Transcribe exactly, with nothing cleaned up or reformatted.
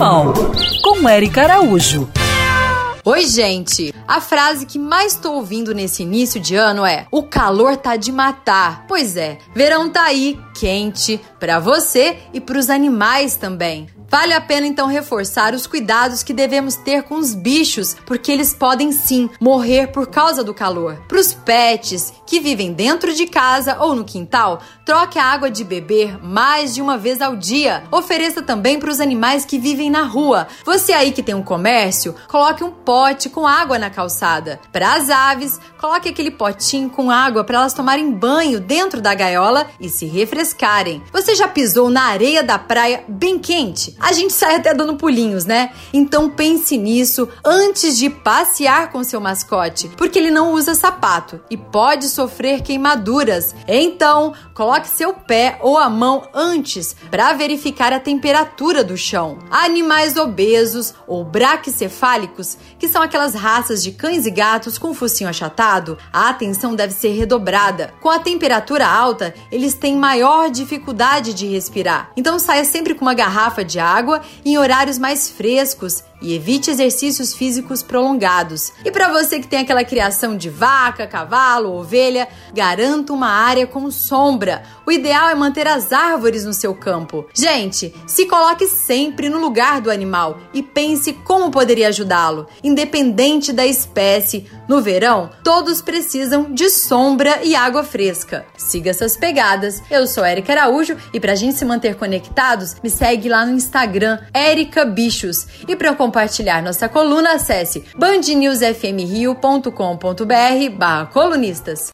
Animal, com Érica Araújo. Oi, gente! A frase que mais tô ouvindo nesse início de ano é: o calor tá de matar. Pois é, verão tá aí, quente, pra você e pros animais também. Vale a pena então reforçar os cuidados que devemos ter com os bichos, porque eles podem sim morrer por causa do calor. Para os pets que vivem dentro de casa ou no quintal, troque a água de beber mais de uma vez ao dia. Ofereça também para os animais que vivem na rua. Você aí que tem um comércio, coloque um pote com água na calçada. Para as aves, coloque aquele potinho com água para elas tomarem banho dentro da gaiola e se refrescarem. Você já pisou na areia da praia bem quente? A gente sai até dando pulinhos, né? Então pense nisso antes de passear com seu mascote, porque ele não usa sapato e pode sofrer queimaduras. Então, coloque seu pé ou a mão antes para verificar a temperatura do chão. Animais obesos ou braquicefálicos, que são aquelas raças de cães e gatos com focinho achatado, a atenção deve ser redobrada. Com a temperatura alta, eles têm maior dificuldade de respirar. Então saia sempre com uma garrafa de água água em horários mais frescos e evite exercícios físicos prolongados. E para você que tem aquela criação de vaca, cavalo, ovelha, garanta uma área com sombra. O ideal é manter as árvores no seu campo. Gente, se coloque sempre no lugar do animal e pense como poderia ajudá-lo. Independente da espécie, no verão, todos precisam de sombra e água fresca. Siga essas pegadas. Eu sou Érica Araújo e pra gente se manter conectados, me segue lá no Instagram, Érica Bichos. E para compartilhar nossa coluna, acesse band news f m rio ponto com ponto b r barra colunistas.